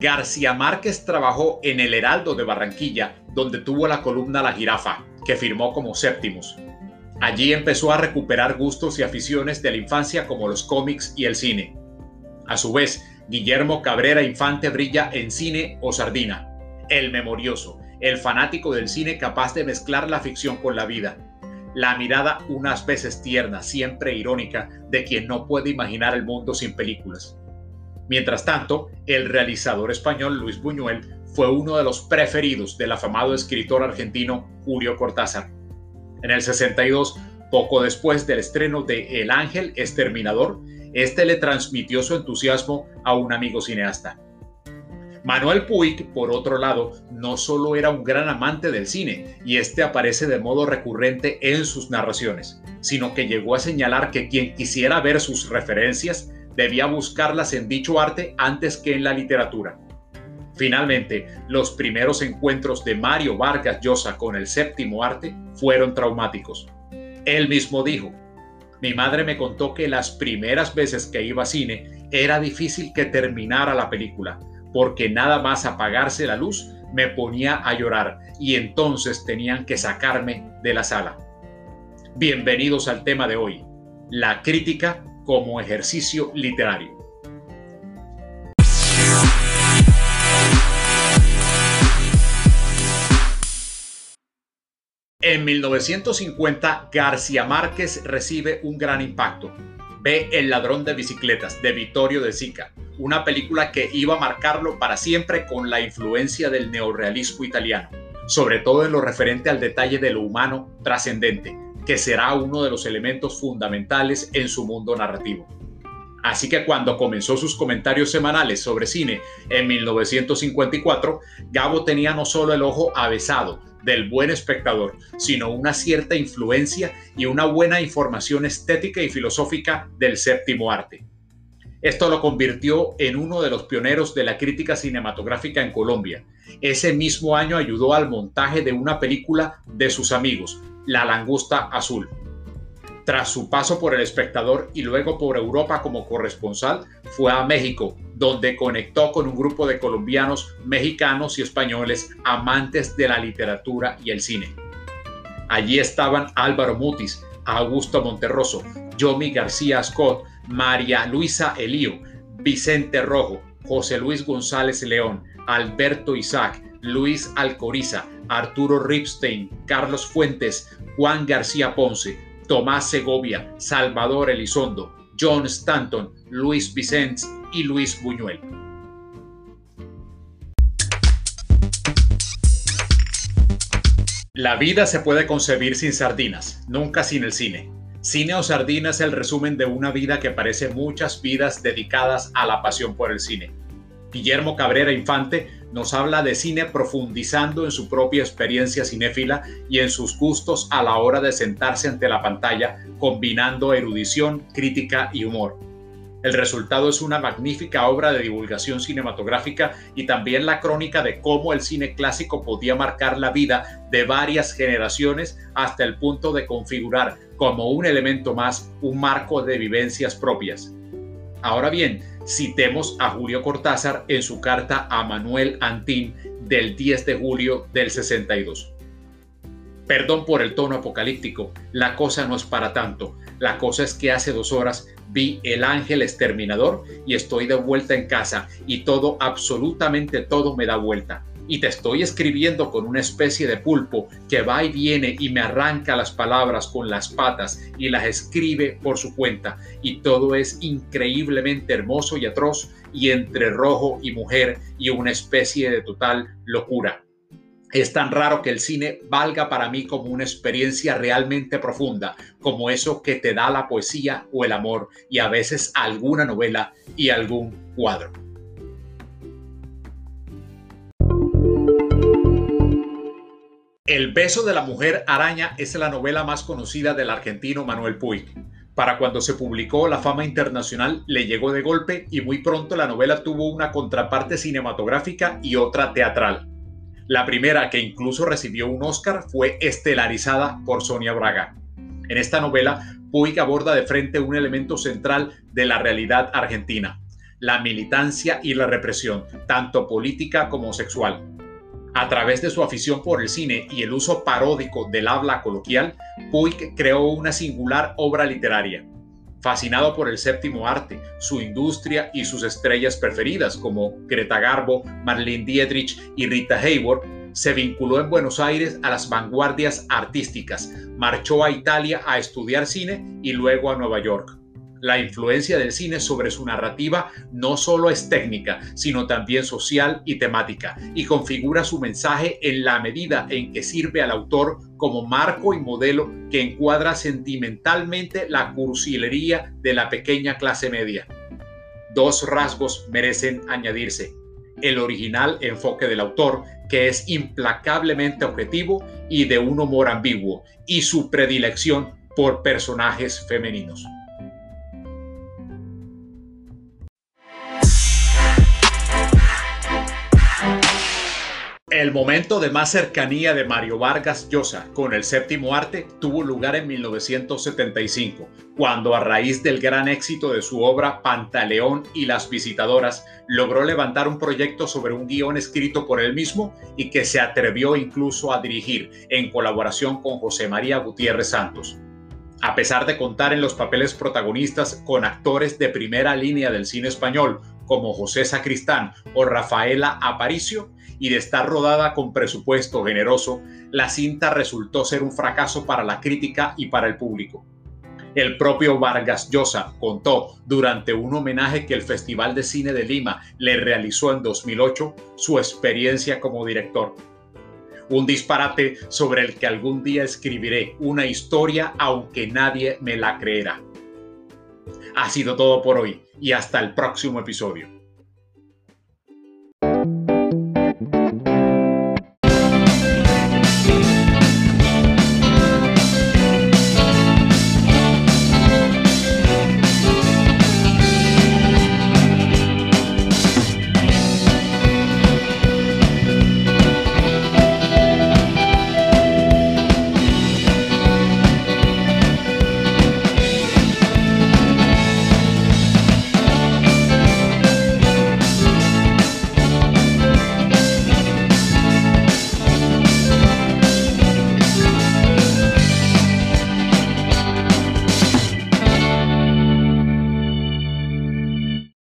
García Márquez trabajó en El Heraldo de Barranquilla, donde tuvo la columna La Jirafa, que firmó como Séptimos. Allí empezó a recuperar gustos y aficiones de la infancia como los cómics y el cine. A su vez, Guillermo Cabrera Infante brilla en Cine o Sardina, el memorioso, el fanático del cine capaz de mezclar la ficción con la vida. La mirada unas veces tierna, siempre irónica, de quien no puede imaginar el mundo sin películas. Mientras tanto, el realizador español Luis Buñuel fue uno de los preferidos del afamado escritor argentino Julio Cortázar. En el 62, poco después del estreno de El Ángel Exterminador, este le transmitió su entusiasmo a un amigo cineasta. Manuel Puig, por otro lado, no solo era un gran amante del cine, y este aparece de modo recurrente en sus narraciones, sino que llegó a señalar que quien quisiera ver sus referencias debía buscarlas en dicho arte antes que en la literatura. Finalmente, los primeros encuentros de Mario Vargas Llosa con el séptimo arte fueron traumáticos. Él mismo dijo: "Mi madre me contó que las primeras veces que iba a cine era difícil que terminara la película, porque nada más apagarse la luz me ponía a llorar y entonces tenían que sacarme de la sala". Bienvenidos al tema de hoy: la crítica como ejercicio literario. En 1950, García Márquez recibe un gran impacto. Ve El ladrón de bicicletas, de Vittorio De Sica, una película que iba a marcarlo para siempre con la influencia del neorrealismo italiano, sobre todo en lo referente al detalle de lo humano trascendente, que será uno de los elementos fundamentales en su mundo narrativo. Así que cuando comenzó sus comentarios semanales sobre cine en 1954, Gabo tenía no solo el ojo avesado del buen espectador, sino una cierta influencia y una buena información estética y filosófica del séptimo arte. Esto lo convirtió en uno de los pioneros de la crítica cinematográfica en Colombia. Ese mismo año ayudó al montaje de una película de sus amigos, La langosta azul. Tras su paso por El Espectador y luego por Europa como corresponsal, fue a México, donde conectó con un grupo de colombianos, mexicanos y españoles amantes de la literatura y el cine. Allí estaban Álvaro Mutis, Augusto Monterroso, Yomi García Scott, María Luisa Elío, Vicente Rojo, José Luis González León, Alberto Isaac, Luis Alcoriza, Arturo Ripstein, Carlos Fuentes, Juan García Ponce, Tomás Segovia, Salvador Elizondo, John Stanton, Luis Vicens y Luis Buñuel. La vida se puede concebir sin sardinas, nunca sin el cine. Cine o Sardina es el resumen de una vida que parece muchas vidas dedicadas a la pasión por el cine. Guillermo Cabrera Infante nos habla de cine profundizando en su propia experiencia cinéfila y en sus gustos a la hora de sentarse ante la pantalla, combinando erudición, crítica y humor. El resultado es una magnífica obra de divulgación cinematográfica y también la crónica de cómo el cine clásico podía marcar la vida de varias generaciones hasta el punto de configurar como un elemento más un marco de vivencias propias. Ahora bien, citemos a Julio Cortázar en su carta a Manuel Antín del 10 de julio del 62. Perdón por el tono apocalíptico, la cosa no es para tanto. La cosa es que hace 2 horas vi El Ángel Exterminador y estoy de vuelta en casa y todo, absolutamente todo me da vuelta. Y te estoy escribiendo con una especie de pulpo que va y viene y me arranca las palabras con las patas y las escribe por su cuenta. Y todo es increíblemente hermoso y atroz y entre rojo y mujer y una especie de total locura. Es tan raro que el cine valga para mí como una experiencia realmente profunda, como eso que te da la poesía o el amor y a veces alguna novela y algún cuadro. El beso de la mujer araña es la novela más conocida del argentino Manuel Puig. Para cuando se publicó, la fama internacional le llegó de golpe y muy pronto la novela tuvo una contraparte cinematográfica y otra teatral. La primera, que incluso recibió un Oscar, fue estelarizada por Sonia Braga. En esta novela, Puig aborda de frente un elemento central de la realidad argentina: la militancia y la represión, tanto política como sexual. A través de su afición por el cine y el uso paródico del habla coloquial, Puig creó una singular obra literaria. Fascinado por el séptimo arte, su industria y sus estrellas preferidas como Greta Garbo, Marlene Dietrich y Rita Hayworth, se vinculó en Buenos Aires a las vanguardias artísticas, marchó a Italia a estudiar cine y luego a Nueva York. La influencia del cine sobre su narrativa no solo es técnica, sino también social y temática, y configura su mensaje en la medida en que sirve al autor como marco y modelo que encuadra sentimentalmente la cursilería de la pequeña clase media. Dos rasgos merecen añadirse: el original enfoque del autor, que es implacablemente objetivo y de un humor ambiguo, y su predilección por personajes femeninos. El momento de más cercanía de Mario Vargas Llosa con el séptimo arte tuvo lugar en 1975, cuando a raíz del gran éxito de su obra Pantaleón y las visitadoras, logró levantar un proyecto sobre un guión escrito por él mismo y que se atrevió incluso a dirigir en colaboración con José María Gutiérrez Santos. A pesar de contar en los papeles protagonistas con actores de primera línea del cine español como José Sacristán o Rafaela Aparicio, y de estar rodada con presupuesto generoso, la cinta resultó ser un fracaso para la crítica y para el público. El propio Vargas Llosa contó durante un homenaje que el Festival de Cine de Lima le realizó en 2008 su experiencia como director. Un disparate sobre el que algún día escribiré una historia aunque nadie me la creerá. Ha sido todo por hoy y hasta el próximo episodio.